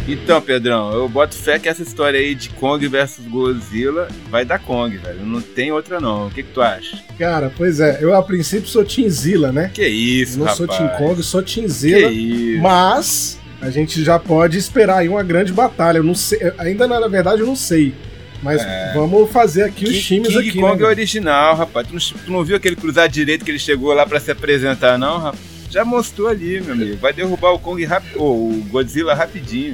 Então, Pedrão, eu boto fé que essa história aí de Kong versus Godzilla vai dar Kong, velho. Não tem outra não. O que tu acha? Cara, pois é. Eu, a princípio, sou Team Zilla, né? Que isso, não rapaz. Sou Team Kong, sou Team Zilla. Que isso. Mas a gente já pode esperar aí uma grande batalha. Eu não sei, ainda na verdade eu não sei. Mas vamos fazer aqui os times aqui, King Kong né, é original, rapaz. Tu não viu aquele cruzado direito que ele chegou lá pra se apresentar, não, rapaz? Já mostrou ali, meu amigo. Vai derrubar o Kong o Godzilla rapidinho.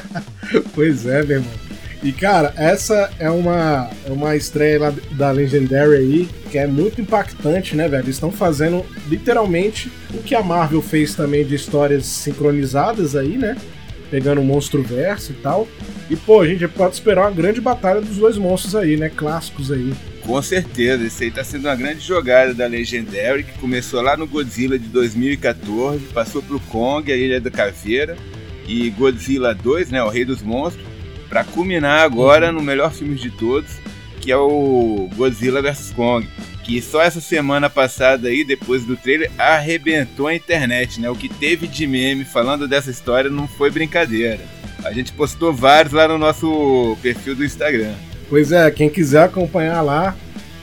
Pois é, meu irmão. E, cara, essa é uma estreia lá da Legendary aí, que é muito impactante, né, velho? Eles estão fazendo, literalmente, o que a Marvel fez também de histórias sincronizadas aí, né? Pegando o Monstruverso e tal. E, pô, a gente pode esperar uma grande batalha dos dois monstros aí, né? Clássicos aí. Com certeza, isso aí tá sendo uma grande jogada da Legendary, que começou lá no Godzilla de 2014, passou pro Kong, a Ilha da Caveira, e Godzilla 2, né, o Rei dos Monstros, pra culminar agora no melhor filme de todos, que é o Godzilla vs Kong, que só essa semana passada aí, depois do trailer, arrebentou a internet, né? O que teve de meme falando dessa história não foi brincadeira. A gente postou vários lá no nosso perfil do Instagram. Pois é, quem quiser acompanhar lá,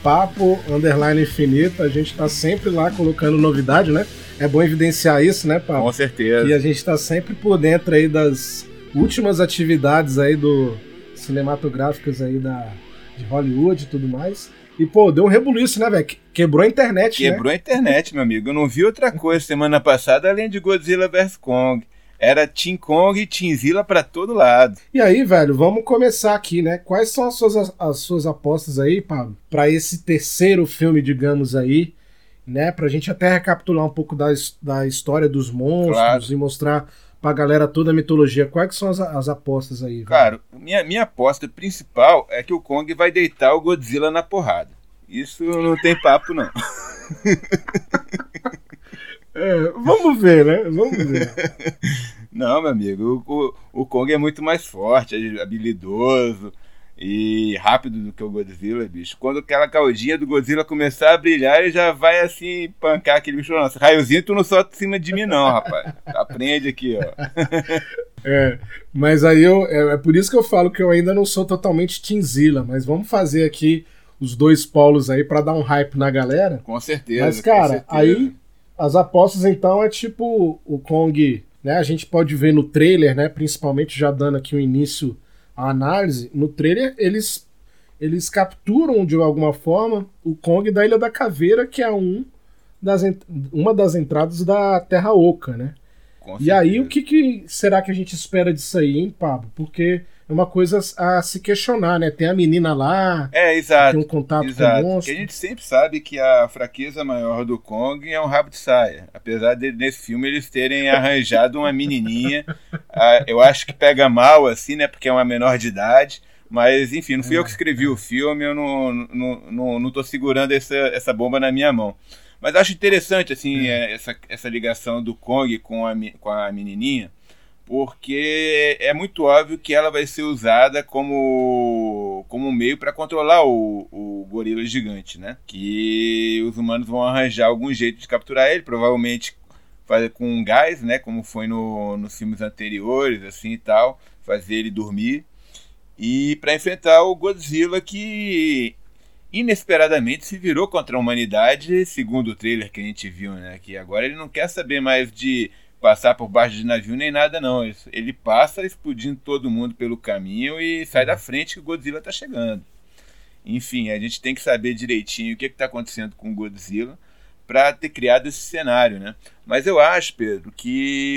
Papo_Infinito, a gente tá sempre lá colocando novidade, né? É bom evidenciar isso, né, Papo? Com certeza. E a gente tá sempre por dentro aí das últimas atividades aí cinematográficas aí de Hollywood e tudo mais. E, pô, deu um rebuliço, né, velho? Quebrou a internet, Quebrou a internet, meu amigo. Eu não vi outra coisa semana passada além de Godzilla vs Kong. Era Team Kong e Team Zilla pra todo lado. E aí, velho, vamos começar aqui, né? Quais são as suas apostas aí, Pablo, pra esse terceiro filme, digamos aí, né? Pra gente até recapitular um pouco da história dos monstros, claro, e mostrar pra galera toda a mitologia. Quais que são as apostas aí, velho? Cara, minha aposta principal é que o Kong vai deitar o Godzilla na porrada. Isso não tem papo, não. Vamos ver, né? Vamos ver. Não, meu amigo, o Kong é muito mais forte, habilidoso e rápido do que o Godzilla, bicho. Quando aquela caudinha do Godzilla começar a brilhar, ele já vai assim, pancar aquele bicho. Nossa, raiozinho tu não solta em cima de mim não, rapaz. Aprende aqui, ó. Mas aí é por isso que eu falo que eu ainda não sou totalmente Team Zilla, mas vamos fazer aqui os dois polos aí pra dar um hype na galera. Com certeza. Mas, cara, aí as apostas então é tipo o Kong, né? A gente pode ver no trailer, né? Principalmente já dando aqui um início à análise. No trailer eles capturam de alguma forma o Kong da Ilha da Caveira, que é uma das entradas da Terra Oca, né? E aí o que será que a gente espera disso aí, hein, Pablo? Porque é uma coisa a se questionar, né? Tem a menina lá, exato, tem um contato com o monstro. Porque a gente sempre sabe que a fraqueza maior do Kong é um rabo de saia. Apesar de nesse filme eles terem arranjado uma menininha, eu acho que pega mal, assim, né? Porque é uma menor de idade. Mas, enfim, não fui eu que escrevi o filme, eu não tô segurando essa bomba na minha mão. Mas acho interessante, assim, essa ligação do Kong com a menininha, porque é muito óbvio que ela vai ser usada como um meio para controlar o gorila gigante, né? Que os humanos vão arranjar algum jeito de capturar ele, provavelmente fazer com gás, né? Como foi nos filmes anteriores, assim e tal, fazer ele dormir. E para enfrentar o Godzilla, que inesperadamente se virou contra a humanidade, segundo o trailer que a gente viu, né? Que agora ele não quer saber mais de passar por baixo de navio nem nada, não. Ele passa explodindo todo mundo pelo caminho e sai da frente que o Godzilla tá chegando. Enfim, a gente tem que saber direitinho o que está acontecendo com o Godzilla para ter criado esse cenário, né? Mas eu acho, Pedro, que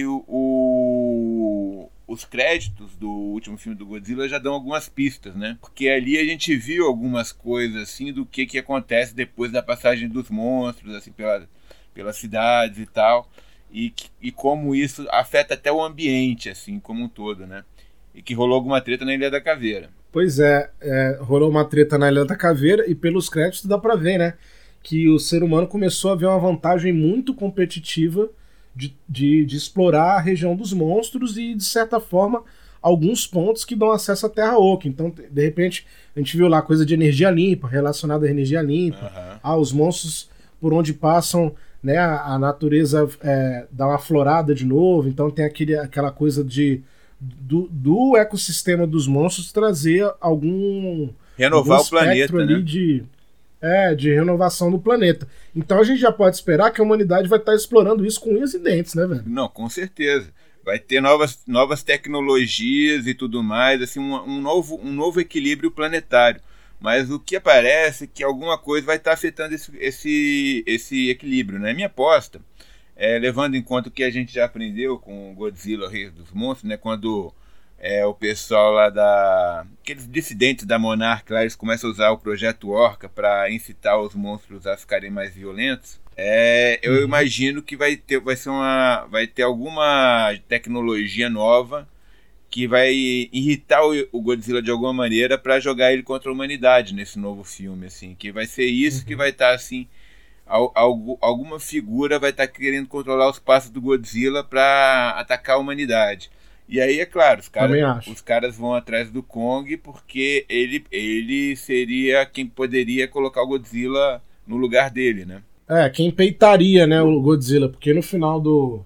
os créditos do último filme do Godzilla já dão algumas pistas, né? Porque ali a gente viu algumas coisas assim do que acontece depois da passagem dos monstros, assim, pelas cidades e tal, e como isso afeta até o ambiente, assim, como um todo, né? E que rolou alguma treta na Ilha da Caveira. Pois rolou uma treta na Ilha da Caveira e pelos créditos dá pra ver, né? Que o ser humano começou a ver uma vantagem muito competitiva de explorar a região dos monstros e, de certa forma, alguns pontos que dão acesso à Terra Oca. Então, de repente, a gente viu lá coisa de energia limpa, relacionada à energia limpa. Uhum. Os monstros por onde passam, né, a natureza dá uma florada de novo. Então tem aquela coisa do ecossistema dos monstros trazer renovar o planeta, ali, né? de renovação do planeta. Então a gente já pode esperar que a humanidade vai estar explorando isso com unhas e dentes, né, velho? Não, com certeza. Vai ter novas tecnologias e tudo mais, assim, um novo equilíbrio planetário. Mas o que aparece é que alguma coisa vai estar afetando esse equilíbrio, né? Minha aposta, levando em conta o que a gente já aprendeu com Godzilla, o Rei dos Monstros, né? Quando o pessoal lá aqueles dissidentes da Monarch lá, eles começam a usar o Projeto Orca para incitar os monstros a ficarem mais violentos. Eu imagino que vai ter alguma tecnologia nova que vai irritar o Godzilla de alguma maneira para jogar ele contra a humanidade nesse novo filme, assim, que vai ser isso que vai estar assim, alguma figura vai estar querendo controlar os passos do Godzilla para atacar a humanidade. E aí, é claro, os caras vão atrás do Kong porque ele seria quem poderia colocar o Godzilla no lugar dele, né? Quem peitaria, né, o Godzilla, porque no final do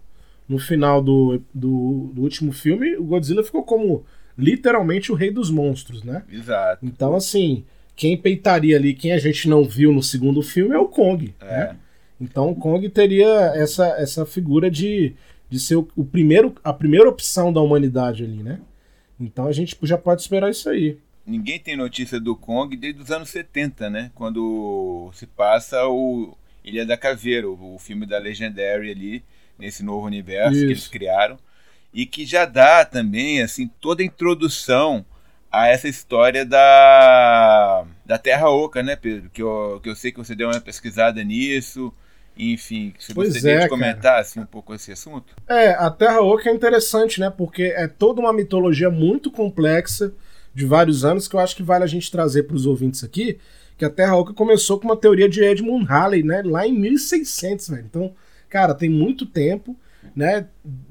último filme, o Godzilla ficou como literalmente o rei dos monstros, né? Exato. Então, assim, quem peitaria ali, quem a gente não viu no segundo filme é o Kong, né? Então o Kong teria essa figura de ser a primeira opção da humanidade ali, né? Então a gente já pode esperar isso aí. Ninguém tem notícia do Kong desde os anos 70, né? Quando se passa o Ilha da Caveira, o filme da Legendary ali, nesse novo universo que eles criaram, e que já dá também, assim, toda a introdução a essa história da Terra Oca, né, Pedro? Que eu sei que você deu uma pesquisada nisso, enfim, se você quer comentar assim, um pouco esse assunto. A Terra Oca é interessante, né, porque é toda uma mitologia muito complexa, de vários anos, que eu acho que vale a gente trazer para os ouvintes aqui, que a Terra Oca começou com uma teoria de Edmund Halley, né, lá em 1600, velho. Então, cara, tem muito tempo, né?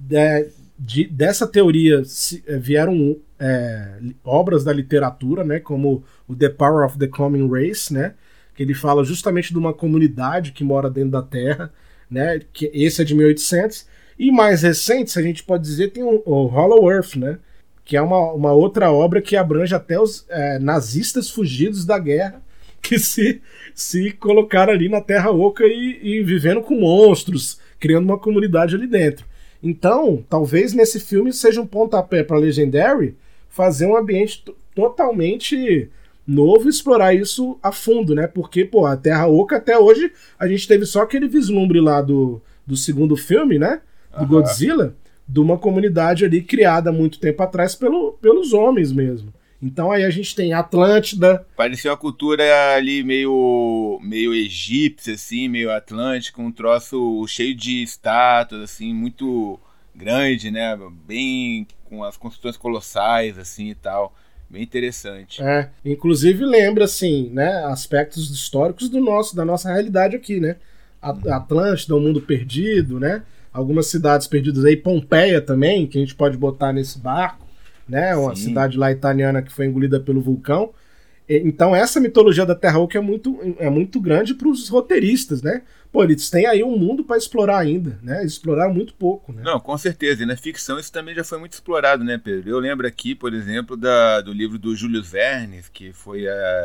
Dessa teoria vieram obras da literatura, né? Como o The Power of the Coming Race, né? Que ele fala justamente de uma comunidade que mora dentro da Terra, né? Que esse é de 1800. E mais recente, se a gente pode dizer, tem o Hollow Earth, né? Que é uma outra obra que abrange até os nazistas fugidos da guerra, que se colocaram ali na Terra Oca e vivendo com monstros, criando uma comunidade ali dentro. Então, talvez nesse filme seja um pontapé para Legendary fazer um ambiente totalmente novo e explorar isso a fundo, né? Porque, pô, a Terra Oca até hoje a gente teve só aquele vislumbre lá do segundo filme, né? Do Godzilla, de uma comunidade ali criada há muito tempo atrás pelos homens mesmo. Então aí a gente tem Atlântida. Parecia uma cultura ali meio egípcia, assim, meio atlântica, um troço cheio de estátuas, assim, muito grande, né? Bem com as construções colossais, assim, e tal. Bem interessante. Inclusive lembra, assim, né, aspectos históricos da nossa realidade aqui, né? Atlântida, o mundo perdido, né? Algumas cidades perdidas aí, Pompeia também, que a gente pode botar nesse barco. Né, uma cidade lá italiana que foi engolida pelo vulcão. Então essa mitologia da Terra Oca é muito grande para os roteiristas, né? Pô, eles têm aí um mundo para explorar ainda, né? Explorar muito pouco, né? Não, com certeza. E na ficção isso também já foi muito explorado, né, Pedro? Eu lembro aqui, por exemplo, do livro do Júlio Verne, que foi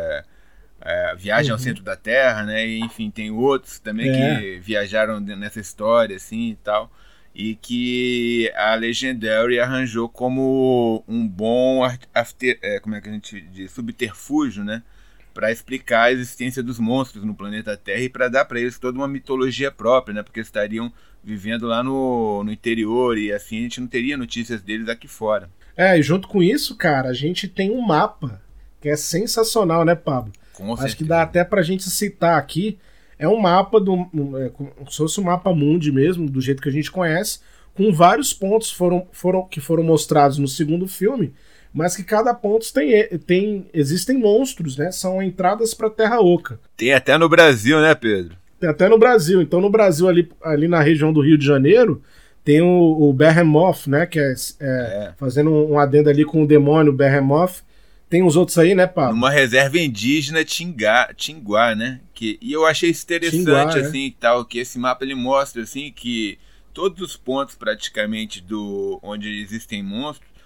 a Viagem ao Centro da Terra, né? E, enfim, tem outros também que viajaram nessa história, assim, e tal. E que a Legendary arranjou como um bom como é que a gente diz? Subterfúgio, né? Para explicar a existência dos monstros no planeta Terra e para dar para eles toda uma mitologia própria, né? Porque eles estariam vivendo lá no interior e assim a gente não teria notícias deles aqui fora. E junto com isso, cara, a gente tem um mapa que é sensacional, né, Pablo? Acho que dá até pra gente citar aqui. É um mapa como se fosse um mapa mundi mesmo, do jeito que a gente conhece, com vários pontos que foram mostrados no segundo filme, mas que cada ponto existem monstros, né? São entradas para Terra Oca. Tem até no Brasil, né, Pedro? Tem até no Brasil. Então no Brasil, ali na região do Rio de Janeiro, tem o Behemoth, né? Que fazendo um adendo ali com o demônio Behemoth. Tem os outros aí, né, Pablo? Numa reserva indígena Tinguá, né? E eu achei isso interessante, assim, e tal, que esse mapa ele mostra, assim, que todos os pontos, praticamente, onde existem monstros,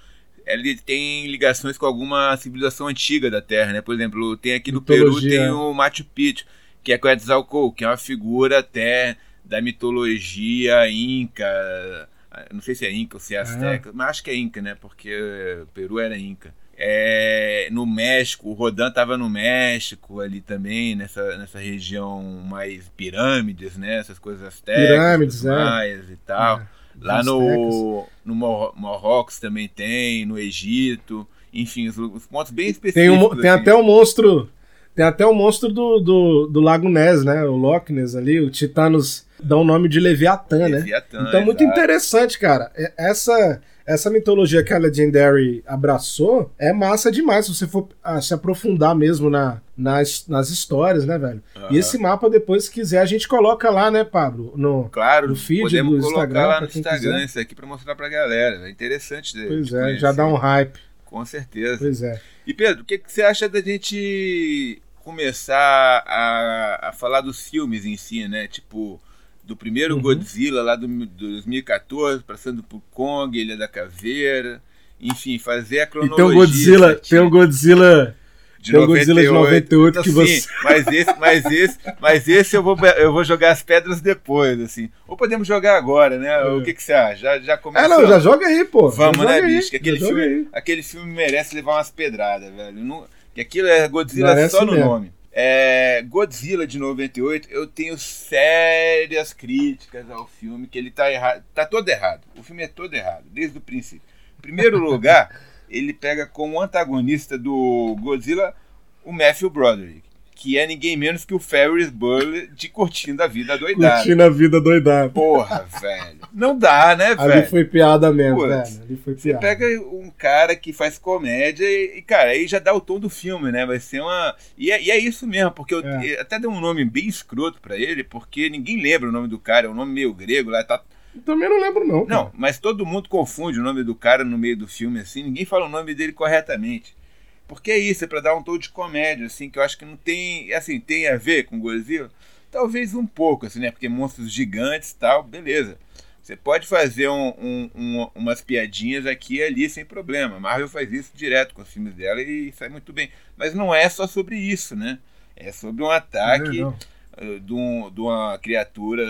ele tem ligações com alguma civilização antiga da Terra, né? Por exemplo, tem aqui no Peru, tem o Machu Picchu, que é Quetzalcóatl, que é uma figura até da mitologia inca, não sei se é inca ou se é azteca, mas acho que é inca, né? Porque o Peru era inca. No México, o Rodin estava no México ali também, nessa região mais pirâmides, né? Essas coisas aztecas, pirâmides, maias e tal. Lá no Marrocos também tem, no Egito, enfim, os pontos bem específicos. Tem até o monstro. Tem até o monstro do Lago Ness, né? O Loch Ness ali, o Titanos dá o nome de Leviatã, né? Então, muito interessante, cara. Essa mitologia que a Legendary abraçou é massa demais, se você for se aprofundar mesmo nas histórias, né, velho? E esse mapa, depois, se quiser, a gente coloca lá, né, Pablo? Claro, no feed podemos do colocar Instagram, lá no Instagram isso aqui pra mostrar pra galera. É interessante. Pois é, já dá um hype. Com certeza. Pois é. E, Pedro, o que você acha da gente começar a falar dos filmes em si, né? Tipo, do primeiro Godzilla lá do 2014, passando por Kong, Ilha da Caveira, enfim, fazer a cronologia. E tem o Godzilla de 98 então, que você... Mas esse eu vou jogar as pedras depois, assim. Ou podemos jogar agora, né? O que você acha? Já começou? Não, já joga aí, pô. Vamos, né, bicho? Que aquele filme merece levar umas pedradas, velho. Que aquilo é Godzilla merece só no mesmo. Nome. Godzilla de 98, eu tenho sérias críticas ao filme, que ele tá errado, tá todo errado. O filme é todo errado, desde o princípio. Em primeiro lugar, ele pega como antagonista do Godzilla o Matthew Broderick, que é ninguém menos que o Ferris Bueller de Curtindo a Vida Doidada. Curtindo a Vida Doidada. Porra, velho. Não dá, né, velho? Ali foi piada mesmo, velho. Ali foi piada. Você pega um cara que faz comédia e, cara, aí já dá o tom do filme, né? Vai ser uma... E é isso mesmo, porque eu até dei um nome bem escroto pra ele, porque ninguém lembra o nome do cara, é um nome meio grego lá, tá... Eu também não lembro, não. Cara. Não, mas todo mundo confunde o nome do cara no meio do filme, assim, ninguém fala o nome dele corretamente. Porque é isso, é pra dar um tom de comédia, assim, que eu acho que não tem, assim, tem a ver com Godzilla? Talvez um pouco, assim, né? Porque monstros gigantes e tal, beleza. Você pode fazer umas piadinhas aqui e ali sem problema. A Marvel faz isso direto com os filmes dela e sai muito bem. Mas não é só sobre isso, né? É sobre um ataque de uma criatura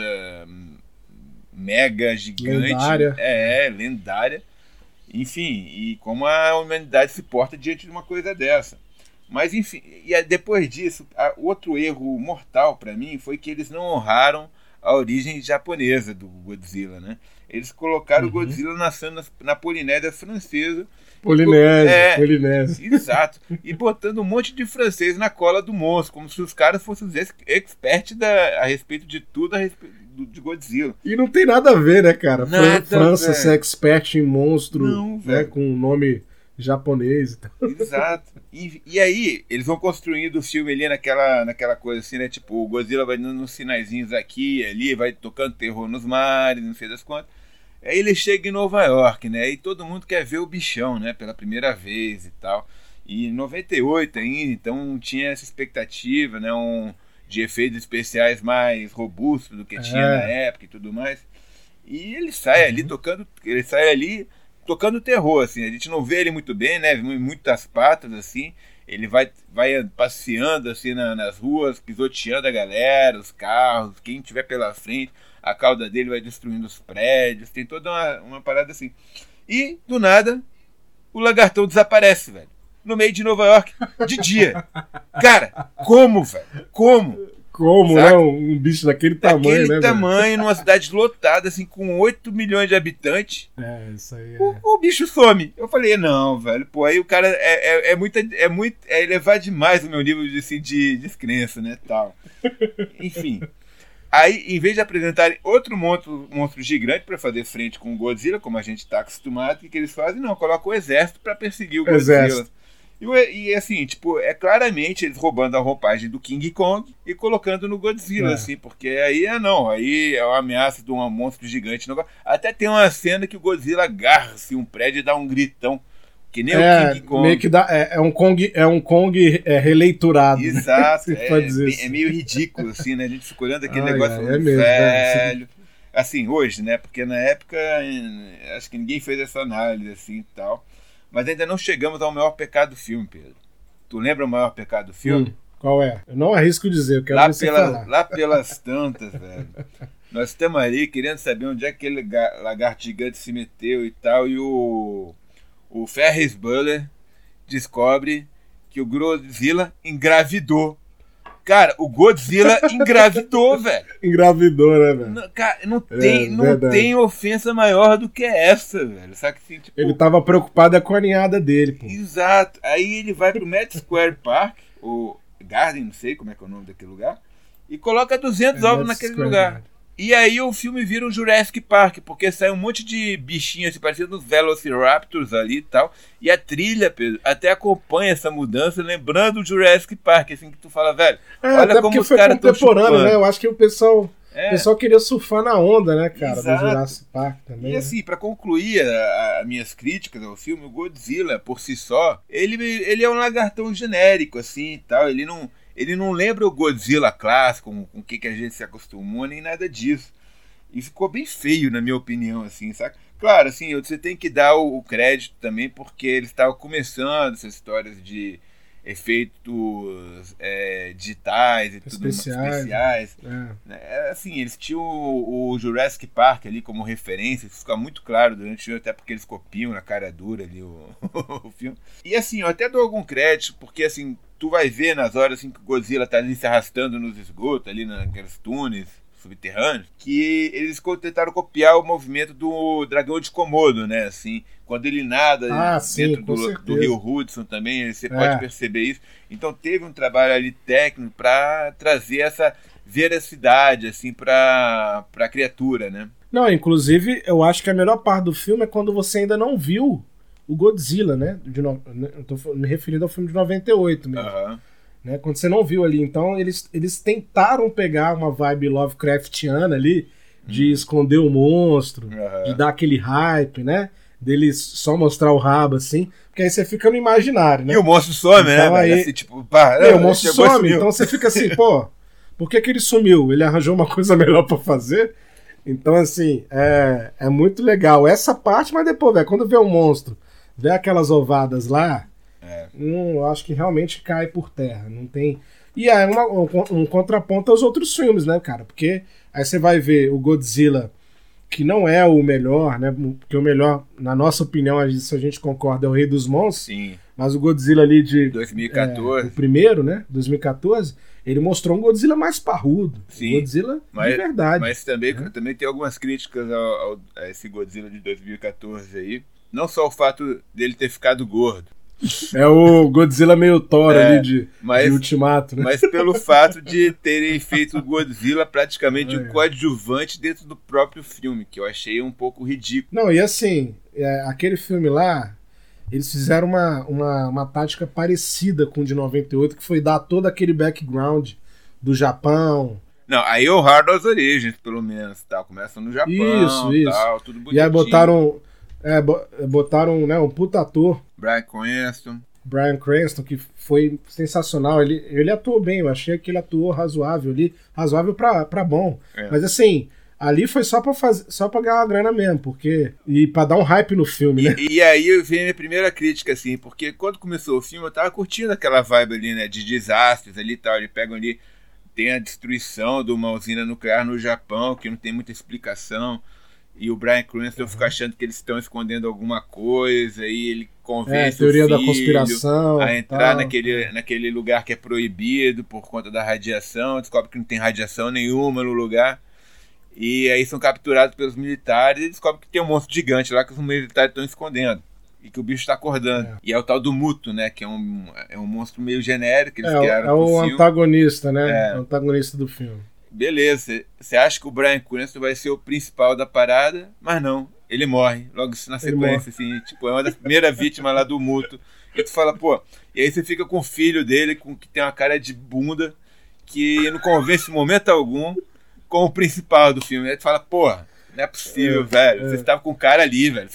mega gigante. Lendária. Lendária. Enfim, e como a humanidade se porta diante de uma coisa dessa. Mas, enfim, e depois disso, outro erro mortal para mim foi que eles não honraram a origem japonesa do Godzilla, né? Eles colocaram o Godzilla nascendo na Polinésia Francesa. Polinésia. Exato. E botando um monte de francês na cola do monstro, como se os caras fossem os experts a respeito de tudo de Godzilla. E não tem nada a ver, né, cara? Nada, França ser expert em monstro, não, né, com um nome japonês e tal. Exato. E aí, eles vão construindo o filme ali naquela coisa assim, né? Tipo, o Godzilla vai dando uns sinaizinhos aqui e ali, vai tocando terror nos mares, não sei das contas. Aí ele chega em Nova York, né? E todo mundo quer ver o bichão, né? Pela primeira vez e tal. E em 98 ainda, então tinha essa expectativa, né? De efeitos especiais mais robustos do que tinha na época e tudo mais. E ele sai ali tocando terror, assim. A gente não vê ele muito bem, né? Muitas patas, assim. Ele vai passeando, assim, nas ruas, pisoteando a galera, os carros, quem tiver pela frente. A cauda dele vai destruindo os prédios. Tem toda uma parada assim. E, do nada, o lagartão desaparece, velho. No meio de Nova York, de dia. Cara, como, velho? Como? Como, né? Um bicho daquele tamanho, né? Daquele tamanho, numa cidade lotada, assim, com 8 milhões de habitantes. Isso aí o bicho some. Eu falei, não, velho. Pô, aí o cara é elevar demais o meu nível de descrença, né? Tal. Enfim. Aí, em vez de apresentarem outro monstro gigante para fazer frente com o Godzilla, como a gente está acostumado, o que eles fazem? Não, colocam o exército para perseguir o Godzilla. Exército. E assim, tipo, claramente eles roubando a roupagem do King Kong e colocando no Godzilla, assim, porque aí aí é uma ameaça de um monstro gigante. Até tem uma cena que o Godzilla agarra assim, um prédio e dá um gritão. Que nem o King Kong. Meio que é um Kong releiturado. Exato. Né? É meio ridículo, assim, né? A gente fica olhando aquele negócio mesmo, velho. Assim, hoje, né? Porque na época acho que ninguém fez essa análise assim e tal. Mas ainda não chegamos ao maior pecado do filme, Pedro. Tu lembra o maior pecado do filme? Qual é? Eu não arrisco dizer, eu quero ver você falar. Lá pelas tantas, velho. Nós estamos ali querendo saber onde é que aquele lagarto gigante se meteu e tal, e o Ferris Bueller descobre que o Godzilla engravidou. Cara, o Godzilla engravidou, velho. Engravidou, né, velho? Não, cara, não tem ofensa maior do que essa, velho. Sabe assim, tipo, ele tava preocupado com a ninhada dele, pô. Exato. Aí ele vai pro Madison Square Park, ou Garden, não sei como é que é o nome daquele lugar, e coloca 200 ovos naquele lugar. Garden. E aí o filme vira um Jurassic Park, porque sai um monte de bichinhos assim, parecendo uns Velociraptors ali e tal. E a trilha, Pedro, até acompanha essa mudança, lembrando o Jurassic Park, assim, que tu fala, velho, olha como os caras estão chupando. Né? Eu acho que o pessoal queria surfar na onda, né, cara, do Jurassic Park também. E assim, pra concluir as minhas críticas ao filme, o Godzilla, por si só, ele é um lagartão genérico, assim, e tal, ele não lembra o Godzilla clássico, com o que a gente se acostumou, nem nada disso. E ficou bem feio, na minha opinião, assim, saca? Claro, assim, você tem que dar o crédito também, porque eles estavam começando essas histórias de efeitos digitais e tudo especiais. Assim, eles tinham o Jurassic Park ali como referência, isso fica muito claro durante o filme, até porque eles copiam na cara dura ali o filme. E assim, eu até dou algum crédito, porque assim, tu vai ver nas horas assim, que o Godzilla tá ali se arrastando nos esgotos, ali naqueles túneis subterrâneos, que eles tentaram copiar o movimento do dragão de Komodo, né? Assim, quando ele nada dentro do rio Hudson também, você pode perceber isso. Então teve um trabalho ali técnico para trazer essa veracidade assim, para a criatura, né? Não, inclusive, eu acho que a melhor parte do filme é quando você ainda não viu o Godzilla, né? Eu tô me referindo ao filme de 98 mesmo. Né? Quando você não viu ali. Então, eles tentaram pegar uma vibe Lovecraftiana ali, de esconder o monstro, de dar aquele hype, né? Deles só mostrar o rabo, assim. Porque aí você fica no imaginário, né? E o monstro some, então, né? Aí... Assim, tipo, pá, o monstro some. Então você fica assim, pô, por que ele sumiu? Ele arranjou uma coisa melhor pra fazer? Então, assim, é muito legal essa parte, mas depois, velho, quando vê um monstro, vê aquelas ovadas lá, eu acho que realmente cai por terra. Não tem. E é um contraponto aos outros filmes, né, cara? Porque aí você vai ver o Godzilla, que não é o melhor, né? Porque o melhor, na nossa opinião, a gente concorda, é o Rei dos Monstros. Sim. Mas o Godzilla ali de 2014. O primeiro, né? 2014, ele mostrou um Godzilla mais parrudo. Sim. Um Godzilla de verdade. Mas também tem algumas críticas a esse Godzilla de 2014 aí. Não só o fato dele ter ficado gordo. É o Godzilla meio Thor ali de Ultimato, né? Mas pelo fato de terem feito o Godzilla praticamente um coadjuvante dentro do próprio filme, que eu achei um pouco ridículo. Não, e assim, aquele filme lá, eles fizeram uma tática parecida com o de 98, que foi dar todo aquele background do Japão. Não, aí é o Hard às origens, pelo menos, tá? Começa no Japão, isso. Tal, tudo bonitinho. E aí botaram né, um puta ator. Bryan Cranston, que foi sensacional. Ele atuou bem, eu achei que ele atuou razoável ali. Razoável pra bom. Mas assim, ali foi só pra ganhar uma grana mesmo, e pra dar um hype no filme, né? E aí vem a minha primeira crítica, assim, porque quando começou o filme eu tava curtindo aquela vibe ali, né, de desastres ali e tal. Eles pegam ali, tem a destruição de uma usina nuclear no Japão, que não tem muita explicação. E o Bryan Cranston fica achando que eles estão escondendo alguma coisa, e ele convence o filho da conspiração, a entrar naquele lugar que é proibido por conta da radiação, descobre que não tem radiação nenhuma no lugar, e aí são capturados pelos militares e descobre que tem um monstro gigante lá que os militares estão escondendo, e que o bicho está acordando. E é o tal do Muto, né, que é um monstro meio genérico que eles criaram pro filme. Antagonista, né? O antagonista do filme. Beleza, você acha que o Bryan Cranston vai ser o principal da parada, mas não, ele morre logo na sequência, assim, tipo, é uma das primeiras vítimas lá do Muto. E tu fala, pô, e aí você fica com o filho dele, que tem uma cara de bunda, que não convence em momento algum com o principal do filme. Aí tu fala, porra, não é possível, velho, você estava com o cara ali, velho,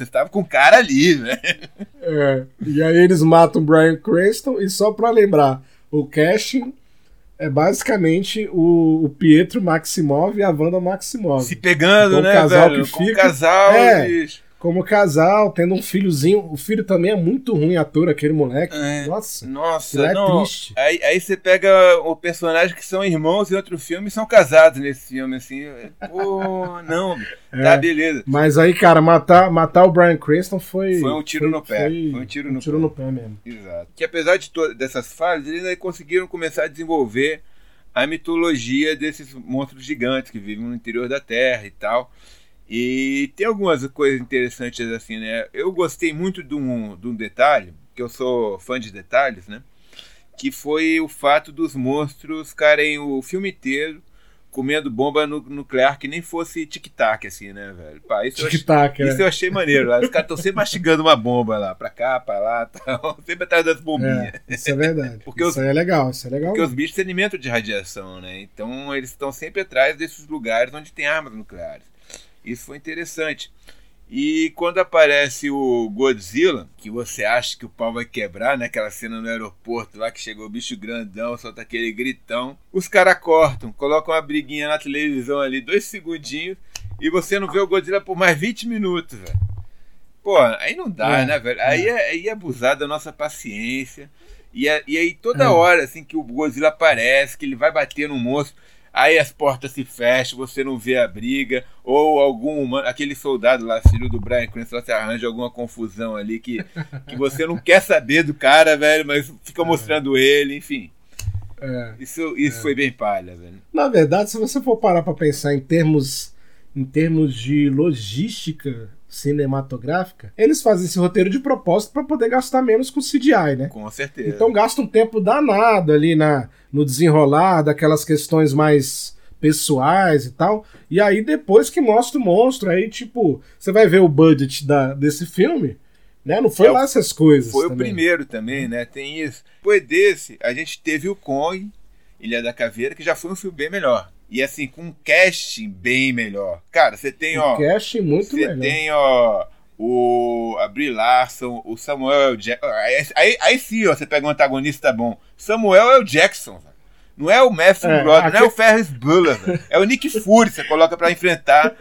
E aí eles matam o Bryan Cranston, e só pra lembrar, o casting é basicamente o Pietro Maximoff e a Wanda Maximoff. Se pegando, então, né, casal velho? Que fica, com o casal, bicho. como casal, tendo um filhozinho. O filho também é muito ruim ator, aquele moleque. Nossa, Nossa, não, é triste. Aí você pega o personagem que são irmãos em outro filme e são casados nesse filme, assim. Pô, não, tá, beleza. Mas aí, cara, matar o Bryan Cranston foi um tiro no pé. Foi um tiro no pé mesmo. Exato. Que apesar de todas dessas falhas, eles aí conseguiram começar a desenvolver a mitologia desses monstros gigantes que vivem no interior da Terra e tal. E tem algumas coisas interessantes assim, né? Eu gostei muito de um detalhe, que eu sou fã de detalhes, né? Que foi o fato dos monstros ficarem o filme inteiro comendo bomba nuclear que nem fosse tic-tac, assim, né, velho? Pá, isso eu achei maneiro. Lá. Os caras estão sempre mastigando uma bomba lá, pra cá, pra lá, tal, sempre atrás das bombinhas. Isso é verdade. Isso é legal. Porque os bichos se alimentam de radiação, né? Então eles estão sempre atrás desses lugares onde tem armas nucleares. Isso foi interessante. E quando aparece o Godzilla, que você acha que o pau vai quebrar, né? Aquela cena no aeroporto lá que chegou o bicho grandão, solta aquele gritão. Os caras cortam, colocam uma briguinha na televisão ali, 2 segundinhos, e você não vê o Godzilla por mais 20 minutos, velho. Pô, aí não dá, né, velho? Aí é abusar da nossa paciência. E aí toda hora, assim, que o Godzilla aparece, que ele vai bater no monstro, aí as portas se fecham, você não vê a briga, ou aquele soldado lá, filho do Bryan Cranston, se arranja alguma confusão ali que você não quer saber do cara, velho, mas fica mostrando ele, enfim. Isso foi bem palha, velho. Na verdade, se você for parar pra pensar em termos de logística cinematográfica, eles fazem esse roteiro de propósito para poder gastar menos com CGI, né? Com certeza. Então gasta um tempo danado ali no desenrolar daquelas questões mais pessoais e tal, e aí depois que mostra o monstro, aí tipo, você vai ver o budget desse filme, né? Não foi lá essas coisas. Foi também. O primeiro também, né? Tem isso. Depois desse, a gente teve o Kong, Ilha da Caveira, que já foi um filme bem melhor. E assim, com um casting bem melhor. Cara, você tem, casting muito melhor. Você tem, a Brie Larson, o Samuel Jackson. Aí sim, você pega um antagonista bom. Samuel L. Jackson, velho. Não é o Matthew Broderick, não é o Ferris Bueller, velho. É o Nick Fury, você coloca pra enfrentar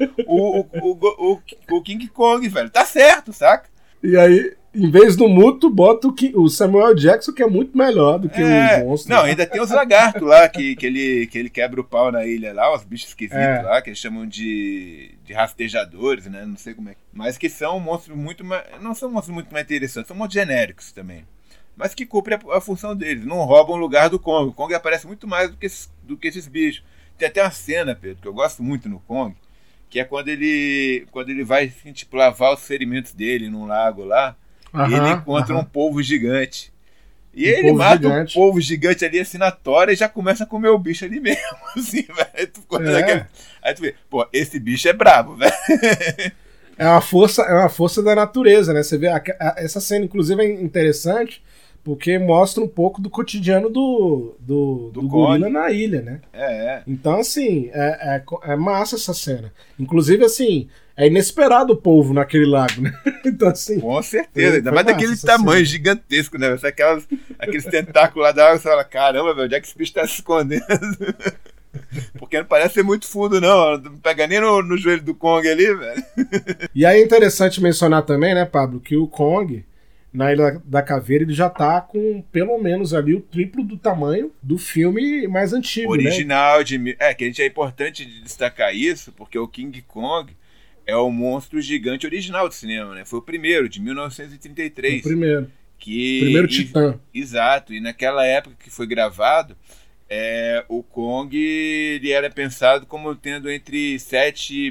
o King Kong, velho. Tá certo, saca? E aí, em vez do Muto, bota o Samuel Jackson, que é muito melhor do que o monstro. Não, ainda tem os lagartos lá, que ele quebra o pau na ilha lá, os bichos esquisitos lá, que eles chamam de rastejadores, né? Não sei como é. Mas que são monstros muito mais. Não são monstros muito mais interessantes, são monstros genéricos também. Mas que cumprem a função deles, não roubam o lugar do Kong. O Kong aparece muito mais do que esses bichos. Tem até uma cena, Pedro, que eu gosto muito no Kong, que é quando ele vai, assim, tipo, lavar os ferimentos dele num lago lá, e ele encontra um polvo gigante. E ele mata um polvo gigante ali, assim, na tora, e já começa a comer o bicho ali mesmo, assim, velho. Aí tu vê, pô, esse bicho é brabo, velho. É uma força da natureza, né? Você vê, essa cena, inclusive, é interessante, porque mostra um pouco do cotidiano do gorila na ilha, né? Então, assim, é massa essa cena. Inclusive, assim, é inesperado o polvo naquele lago, né? Então, assim... Com certeza, ainda mais daquele tamanho gigantesco, né? Aqueles tentáculos lá da água, você fala, caramba, velho, onde é que esse bicho tá se escondendo? Porque não parece ser muito fundo, não. Não pega nem no joelho do Kong ali, velho. E aí é interessante mencionar também, né, Pablo, que o Kong, na Ilha da Caveira, ele já tá com pelo menos ali o triplo do tamanho do filme mais antigo, original, né? Que a gente é importante destacar isso, porque o King Kong é o monstro gigante original do cinema, né? Foi o primeiro, de 1933. O primeiro. Primeiro Titã. Exato, e naquela época que foi gravado, o Kong ele era pensado como tendo entre 7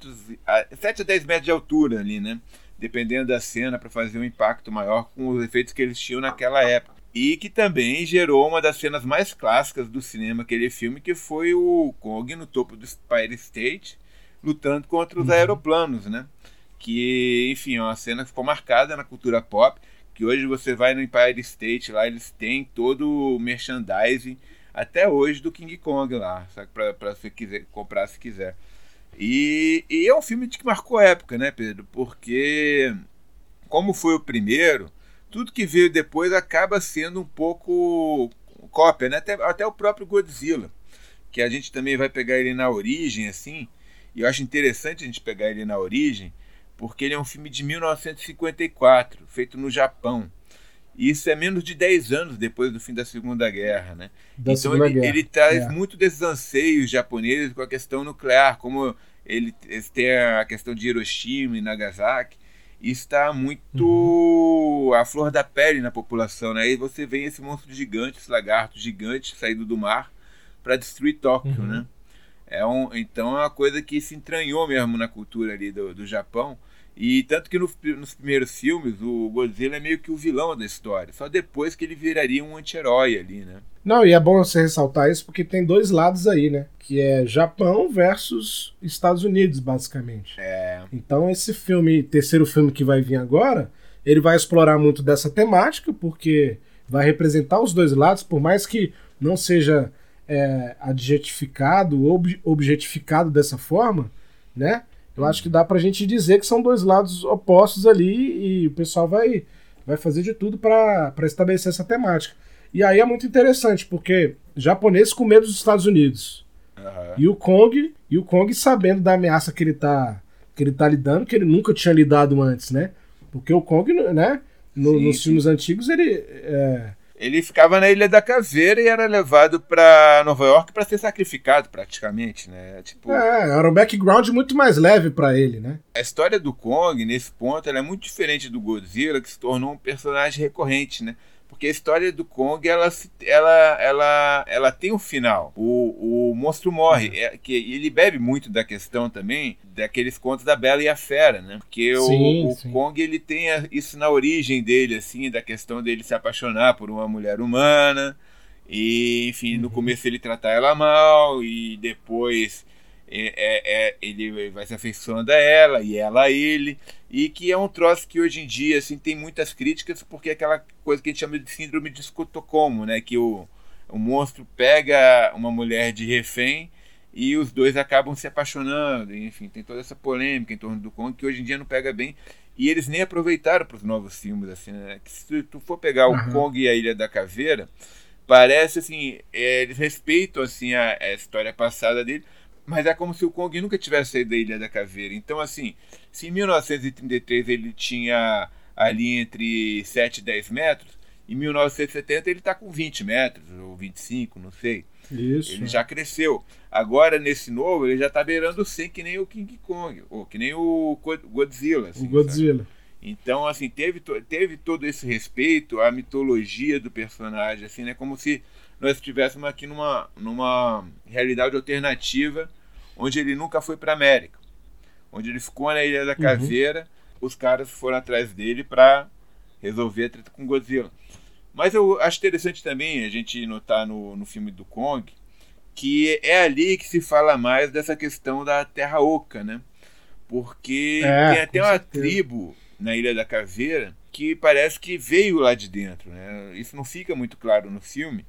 a 10 metros de altura ali, né? Dependendo da cena, para fazer um impacto maior com os efeitos que eles tinham naquela época. E que também gerou uma das cenas mais clássicas do cinema, aquele filme, que foi o Kong no topo do Empire State, lutando contra os aeroplanos, né? Que, enfim, é uma cena que ficou marcada na cultura pop, que hoje você vai no Empire State, lá eles têm todo o merchandising, até hoje, do King Kong lá, sabe? Pra você comprar se quiser. E é um filme que marcou a época, né, Pedro? Porque, como foi o primeiro, tudo que veio depois acaba sendo um pouco cópia, né? Até o próprio Godzilla, que a gente também vai pegar ele na origem, assim, e eu acho interessante a gente pegar ele na origem, porque ele é um filme de 1954, feito no Japão. E isso é menos de 10 anos depois do fim da Segunda Guerra, né? Então ele traz muito desses anseios japoneses com a questão nuclear, como eles têm a questão de Hiroshima e Nagasaki. Isso está muito à flor da pele na população, né? Aí você vê esse monstro gigante, esse lagarto gigante saindo do mar para destruir Tóquio, né? Então é uma coisa que se entranhou mesmo na cultura ali do Japão. E tanto que nos primeiros filmes o Godzilla é meio que o vilão da história, só depois que ele viraria um anti-herói ali, né? Não, e é bom você ressaltar isso porque tem dois lados aí, né? Que é Japão versus Estados Unidos, basicamente. Então esse filme, terceiro filme que vai vir agora, ele vai explorar muito dessa temática, porque vai representar os dois lados, por mais que não seja adjetificado, objetificado dessa forma, né? Eu acho que dá pra gente dizer que são dois lados opostos ali e o pessoal vai fazer de tudo pra estabelecer essa temática. E aí é muito interessante, porque japonês com medo dos Estados Unidos. E o Kong sabendo da ameaça que ele tá lidando, que ele nunca tinha lidado antes, né? Porque o Kong, né, nos filmes antigos, ele ficava na Ilha da Caveira e era levado para Nova York para ser sacrificado, praticamente, né? Era um background muito mais leve para ele, né? A história do Kong, nesse ponto, ela é muito diferente do Godzilla, que se tornou um personagem recorrente, né? Porque a história do Kong, ela tem um final. O monstro morre. Ele bebe muito da questão também, daqueles contos da Bela e a Fera, né? Porque o Kong, ele tem isso na origem dele, assim, da questão dele se apaixonar por uma mulher humana. E, enfim, no começo ele tratar ela mal, e depois ele vai se afeiçoando a ela, e ela a ele. E que é um troço que hoje em dia assim, tem muitas críticas, porque é aquela coisa que a gente chama de síndrome de Estocolmo, né? Que o monstro pega uma mulher de refém e os dois acabam se apaixonando. E, enfim, tem toda essa polêmica em torno do Kong, que hoje em dia não pega bem. E eles nem aproveitaram para os novos filmes, assim, né? Que se tu for pegar o Kong e a Ilha da Caveira, parece assim, eles respeitam assim, a história passada dele, mas é como se o Kong nunca tivesse saído da Ilha da Caveira. Então, assim, se em 1933 ele tinha ali entre 7 e 10 metros, em 1970 ele está com 20 metros, ou 25, não sei. Isso. Ele já cresceu. Agora, nesse novo, ele já está beirando 100, que nem o King Kong, ou que nem o Godzilla. Assim, o Godzilla. Sabe? Então, assim, teve todo esse respeito à mitologia do personagem, assim, né? Como se nós estivéssemos aqui numa realidade alternativa, onde ele nunca foi para a América, onde ele ficou na Ilha da Caveira, os caras foram atrás dele para resolver a treta com Godzilla. Mas eu acho interessante também a gente notar no filme do Kong que é ali que se fala mais dessa questão da Terra Oca, né? Porque tem até uma tribo na Ilha da Caveira que parece que veio lá de dentro, né? Isso não fica muito claro no filme.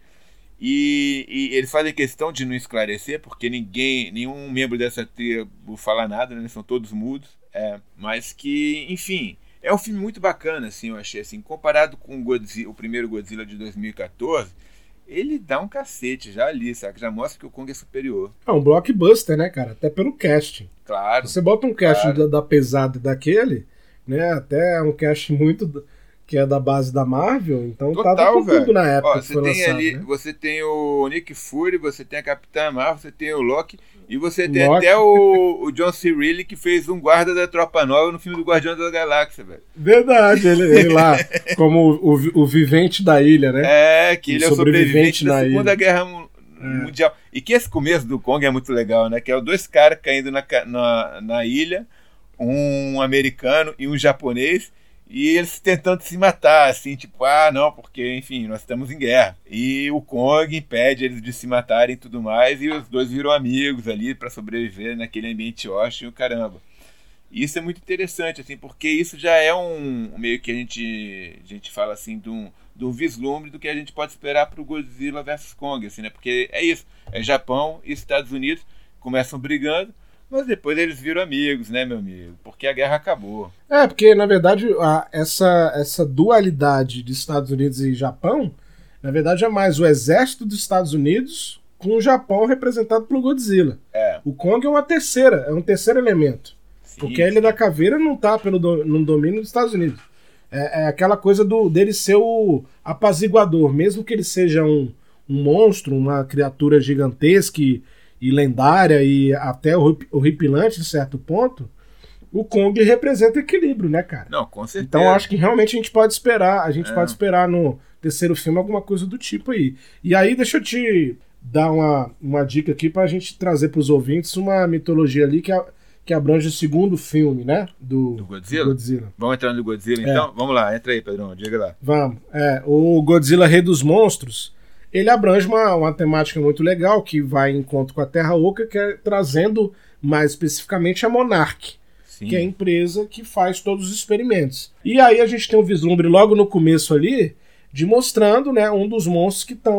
E eles fazem questão de não esclarecer, porque nenhum membro dessa tribo fala nada, né? São todos mudos. Mas que, enfim, é um filme muito bacana, assim, eu achei. Assim, comparado com o primeiro Godzilla de 2014, ele dá um cacete já ali, sabe? Já mostra que o Kong é superior. É um blockbuster, né, cara? Até pelo casting. Claro. Você bota um casting da pesada daquele, né? Até um casting muito... que é da base da Marvel, então total, tava com velho. Tudo na época. Você tem lançado, ali, né? Você tem o Nick Fury, você tem a Capitã Marvel, você tem o Loki, e você tem até o John C. Reilly, que fez um guarda da Tropa Nova no filme do Guardião da Galáxia, velho. Verdade, ele lá, como o vivente da ilha, né? Que ele é o sobrevivente da Segunda Guerra Mundial. E que esse começo do Kong é muito legal, né? Que é os dois caras caindo na ilha, um americano e um japonês, e eles tentando se matar, assim, tipo, não, porque, enfim, nós estamos em guerra. E o Kong impede eles de se matarem e tudo mais, e os dois viram amigos ali para sobreviver naquele ambiente hostil, caramba. E isso é muito interessante, assim, porque isso já é meio que a gente fala, assim, de um vislumbre do que a gente pode esperar pro Godzilla vs Kong, assim, né? Porque é isso, Japão e Estados Unidos começam brigando, mas depois eles viram amigos, né, meu amigo? Porque a guerra acabou. Porque, na verdade, essa dualidade de Estados Unidos e Japão, na verdade, é mais o exército dos Estados Unidos com o Japão representado pelo Godzilla. O Kong é um terceiro elemento. Porque a Ilha da Caveira não tá no domínio dos Estados Unidos. É aquela coisa dele ser o apaziguador. Mesmo que ele seja um monstro, uma criatura gigantesca e lendária e até horripilante de certo ponto, o Kong representa equilíbrio, né, cara? Não, com certeza. Então acho que realmente a gente pode esperar. Pode esperar no terceiro filme alguma coisa do tipo aí. E aí deixa eu te dar uma dica aqui pra gente trazer pros ouvintes uma mitologia ali que abrange o segundo filme, né? Do Godzilla. Vamos entrar no Godzilla então? Vamos lá, entra aí, Pedrão, diga lá. Vamos. O Godzilla Rei dos Monstros, ele abrange uma temática muito legal que vai em encontro com a Terra Oca, que é trazendo mais especificamente a Monarch. Sim. Que é a empresa que faz todos os experimentos. E aí a gente tem um vislumbre logo no começo ali, de mostrando, né, um dos monstros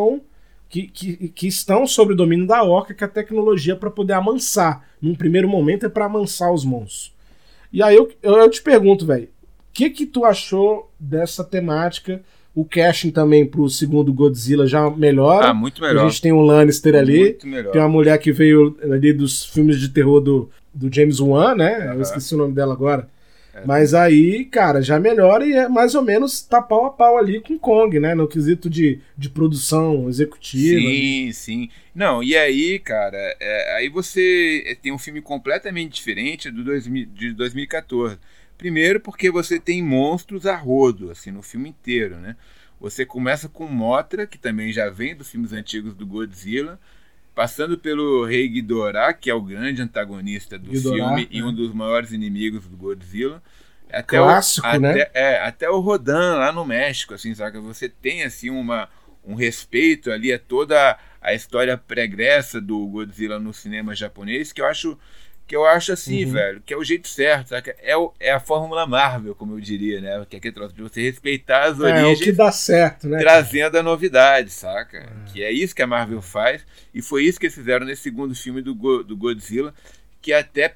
que estão sob o domínio da Orca, que é a tecnologia para poder amansar. Num primeiro momento é para amansar os monstros. E aí eu te pergunto, velho, o que tu achou dessa temática? O casting também pro segundo Godzilla já melhora. Muito melhor. A gente tem o Lannister ali. Muito melhor. Tem uma mulher que veio ali dos filmes de terror do James Wan, né? Eu esqueci o nome dela agora. Mas aí, cara, já melhora e é mais ou menos tá pau a pau ali com Kong, né? No quesito de produção executiva. Sim, sim. Não, e aí, cara, aí você tem um filme completamente diferente de 2014. Primeiro porque você tem monstros a rodo, assim, no filme inteiro, né? Você começa com Mothra, que também já vem dos filmes antigos do Godzilla, passando pelo Rei Ghidorah, que é o grande antagonista do filme e um dos maiores inimigos do Godzilla. Até clássico, né? Até o Rodan, lá no México, assim, sabe? Você tem, assim, um respeito ali a toda a história pregressa do Godzilla no cinema japonês, que eu acho assim, velho, que é o jeito certo, sabe? É a fórmula Marvel, como eu diria, né? Que é aquele troço de você respeitar as origens. É o que dá certo, né? Trazendo a novidade, saca? Que é isso que a Marvel faz, e foi isso que eles fizeram nesse segundo filme do Godzilla, que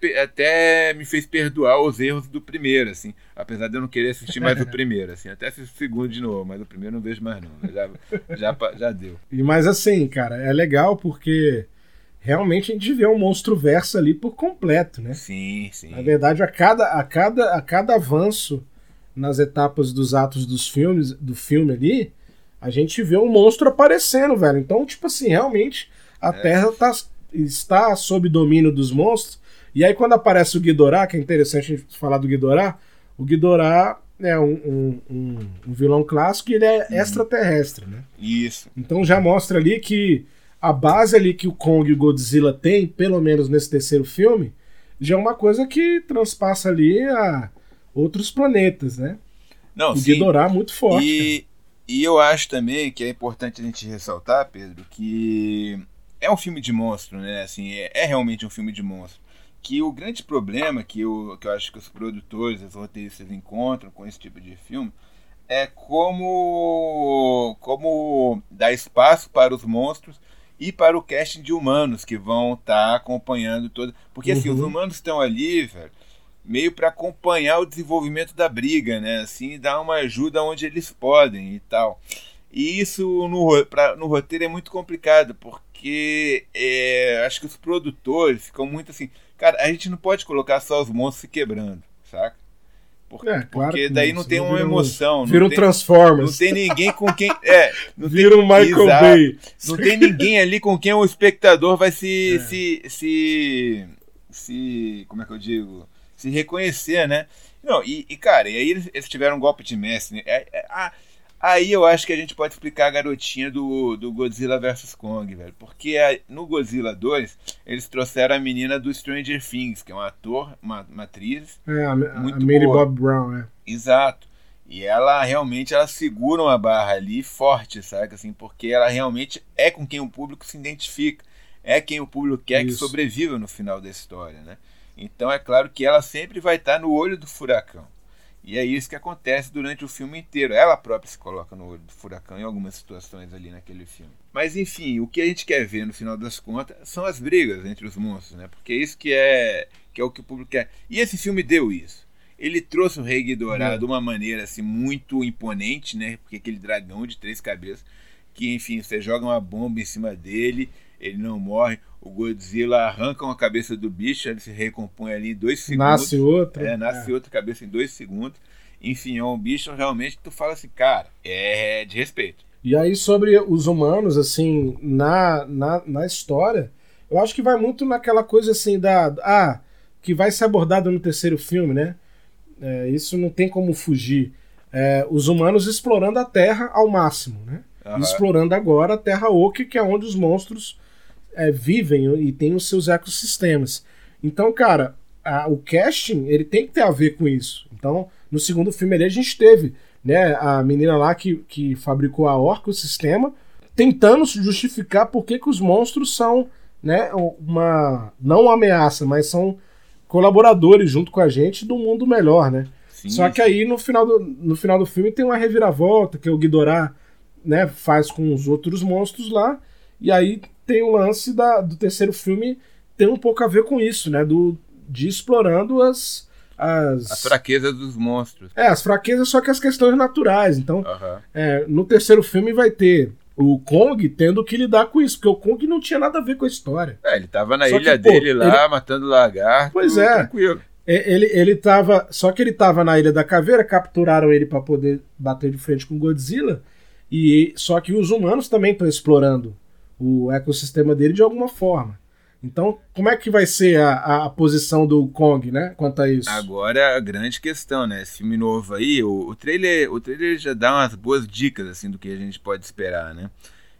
até me fez perdoar os erros do primeiro, assim. Apesar de eu não querer assistir mais o primeiro, assim. Até assisto o segundo de novo, mas o primeiro eu não vejo mais não. Já deu. Mas assim, cara, é legal porque realmente a gente vê um monstro verso ali por completo, né? Sim, sim. Na verdade, a cada avanço nas etapas dos atos do filme ali, a gente vê um monstro aparecendo, velho. Então, tipo assim, realmente a Terra está sob domínio dos monstros. E aí quando aparece o Ghidorah, que é interessante a gente falar do Ghidorah, o Ghidorah é um vilão clássico e ele é extraterrestre, né? Isso. Então já mostra ali que a base ali que o Kong e o Godzilla tem, pelo menos nesse terceiro filme, já é uma coisa que transpassa ali a outros planetas, né? Não, o Ghidorah é muito forte. E eu acho também que é importante a gente ressaltar, Pedro, que é um filme de monstro, né? Assim, é realmente um filme de monstro. Que o grande problema que eu acho que os produtores, os roteiristas encontram com esse tipo de filme é como dar espaço para os monstros e para o casting de humanos que vão estar acompanhando todo. Porque assim, os humanos estão ali, velho, meio para acompanhar o desenvolvimento da briga, né? Assim, dar uma ajuda onde eles podem e tal. E isso no roteiro é muito complicado, porque acho que os produtores ficam muito assim, cara, a gente não pode colocar só os monstros se quebrando, saca? Porque daí não tem uma emoção. Vira um Transformers. Não tem ninguém com quem. Vira um Michael Bay. Não tem ninguém ali com quem o espectador vai como é que eu digo? Se reconhecer, né? Não, cara, e aí eles tiveram um golpe de mestre, né? Aí eu acho que a gente pode explicar a garotinha do Godzilla vs Kong, velho. Porque no Godzilla 2, eles trouxeram a menina do Stranger Things, que é um ator, uma atriz muito a Millie boa. Bob Brown, Exato. E ela realmente segura uma barra ali forte, sabe? Assim, porque ela realmente é com quem o público se identifica. É quem o público quer que sobreviva no final da história, né? Então é claro que ela sempre vai estar no olho do furacão. E é isso que acontece durante o filme inteiro. Ela própria se coloca no olho do furacão em algumas situações ali naquele filme. Mas enfim, o que a gente quer ver no final das contas são as brigas entre os monstros, né? Porque isso que é o que o público quer. E esse filme deu isso. Ele trouxe o Rei Ghidorah de uma maneira assim, muito imponente, né? Porque aquele dragão de 3 cabeças, que enfim, você joga uma bomba em cima dele, ele não morre. O Godzilla arranca uma cabeça do bicho, ele se recompõe ali em 2 segundos. Nasce outra. Nasce outra cabeça em 2 segundos. Enfim, é um bicho realmente que tu fala assim, cara, é de respeito. E aí sobre os humanos, assim, na história, eu acho que vai muito naquela coisa assim que vai ser abordado no terceiro filme, né? Isso não tem como fugir. Os humanos explorando a Terra ao máximo, né? Uhum. Explorando agora a Terra Oca, que é onde os monstros vivem e tem os seus ecossistemas. Então, cara, o casting ele tem que ter a ver com isso. Então, no segundo filme ali, a gente teve, né, a menina lá que fabricou a Orca, o sistema, tentando justificar por que os monstros são, né, não uma ameaça, mas são colaboradores junto com a gente do mundo melhor, né? Sim, só que aí no final do filme tem uma reviravolta que o Ghidorah, né, faz com os outros monstros lá, e aí tem o lance do terceiro filme, tem um pouco a ver com isso, né, de explorando as fraquezas dos monstros. As fraquezas, só que as questões naturais. Então, no terceiro filme vai ter o Kong tendo que lidar com isso, porque o Kong não tinha nada a ver com a história. Ele tava na ilha dele lá, matando lagarto. Pois é. Tranquilo. Ele tava. Só que ele tava na Ilha da Caveira, capturaram ele para poder bater de frente com Godzilla. Só que os humanos também estão explorando o ecossistema dele de alguma forma. Então, como é que vai ser a posição do Kong, né, quanto a isso? Agora, a grande questão, né, esse filme novo aí, o trailer já dá umas boas dicas, assim, do que a gente pode esperar, né,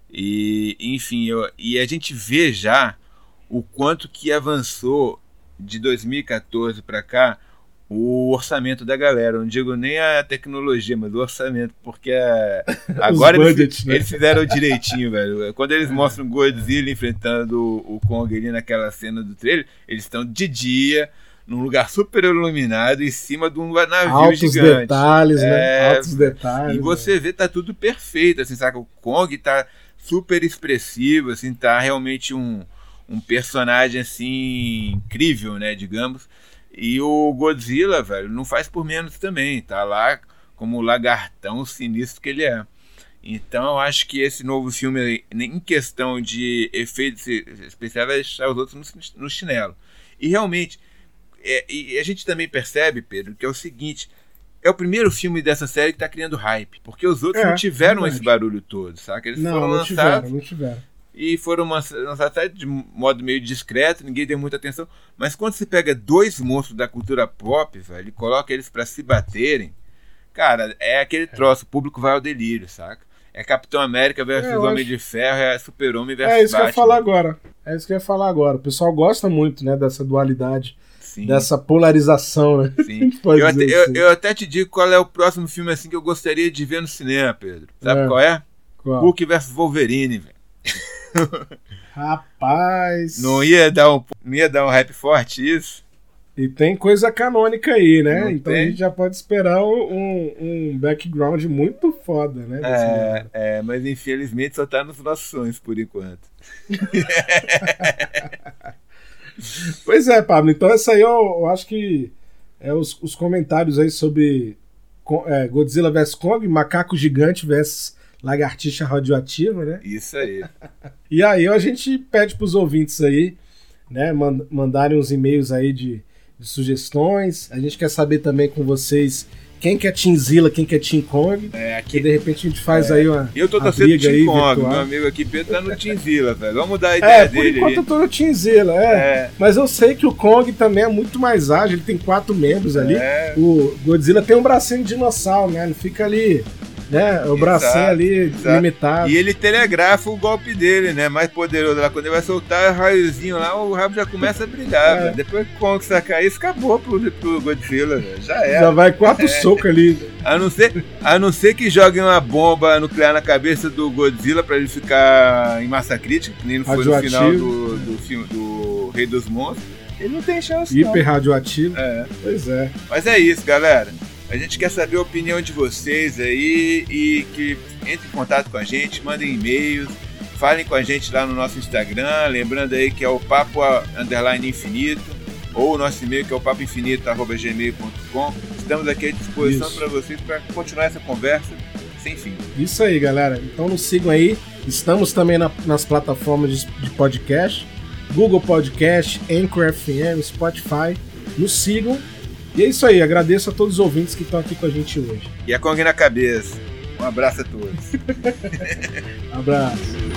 e, enfim, a gente vê já o quanto que avançou de 2014 para cá o orçamento da galera. Eu não digo nem a tecnologia, mas o orçamento, porque agora budgets, eles fizeram direitinho, velho. Quando eles mostram o Godzilla enfrentando o Kong ali naquela cena do trailer, eles estão de dia, num lugar super iluminado, em cima de um navio altos gigante. Detalhes, né? Altos detalhes. E você vê, tá tudo perfeito, assim, sabe? O Kong tá super expressivo, assim, tá realmente um personagem, assim, incrível, né, digamos. E o Godzilla, velho, não faz por menos também. Tá lá como o lagartão sinistro que ele é. Então eu acho que esse novo filme, em questão de efeitos especiais, vai deixar os outros no chinelo. E realmente, e a gente também percebe, Pedro, que é o seguinte: é o primeiro filme dessa série que tá criando hype. Porque os outros não tiveram esse barulho todo, saca? Eles foram lançados. Não tiveram. E foram lançados até de modo meio discreto, ninguém deu muita atenção. Mas quando você pega 2 monstros da cultura pop, velho, e coloca eles pra se baterem, cara, é aquele troço, o público vai ao delírio, saca? É Capitão América versus Homem de Ferro, é Super-Homem versus Batman. É isso que eu ia falar agora. O pessoal gosta muito, né, dessa dualidade, sim, dessa polarização, né? Sim. Eu até te digo qual é o próximo filme assim que eu gostaria de ver no cinema, Pedro. Sabe qual é? Hulk versus Wolverine, velho. Rapaz, não ia dar um hype forte isso? E tem coisa canônica aí, né? Não então tem? A gente já pode esperar um background muito foda, né? Mas infelizmente só tá nos nossos sonhos por enquanto. Pois é, Pablo, então essa aí eu acho que os comentários aí sobre Godzilla vs Kong, macaco gigante versus lagartixa radioativa, né? Isso aí. E aí a gente pede pros ouvintes aí, né, mandarem uns e-mails aí de sugestões. A gente quer saber também com vocês quem que é Team Zilla, quem que é Team Kong. Que de repente a gente faz aí uma eu tô torcendo briga Team aí Kong, virtual. meu amigo aqui Pedro tá no Team Zilla, velho. Vamos mudar a ideia dele. Por enquanto eu tô no Team Zilla, Mas eu sei que o Kong também é muito mais ágil, ele tem 4 membros ali. O Godzilla tem um bracinho de dinossauro, né? Ele fica ali, né? O bracinho ali limitado. E ele telegrafa o golpe dele, né? Mais poderoso lá. Quando ele vai soltar o raiozinho lá, o rabo já começa a brilhar, velho. Depois que o Kong sacar isso, acabou pro Godzilla, velho. Já era. Já vai 4 socos ali. A não ser que joguem uma bomba nuclear na cabeça do Godzilla pra ele ficar em massa crítica, que nem foi no final do filme do Rei dos Monstros. Ele não tem chance, hiper radioativo. Pois é. Mas é isso, galera. A gente quer saber a opinião de vocês aí e que entre em contato com a gente, mandem e-mails, falem com a gente lá no nosso Instagram, lembrando aí que é o papo_infinito, ou o nosso e-mail que é o papoinfinito@gmail.com. Estamos aqui à disposição para vocês para continuar essa conversa sem fim. Isso aí, galera. Então nos sigam aí. Estamos também nas plataformas de podcast, Google Podcast, Anchor FM, Spotify. Nos sigam. E é isso aí. Agradeço a todos os ouvintes que estão aqui com a gente hoje. E a Kong na cabeça. Um abraço a todos. Abraço.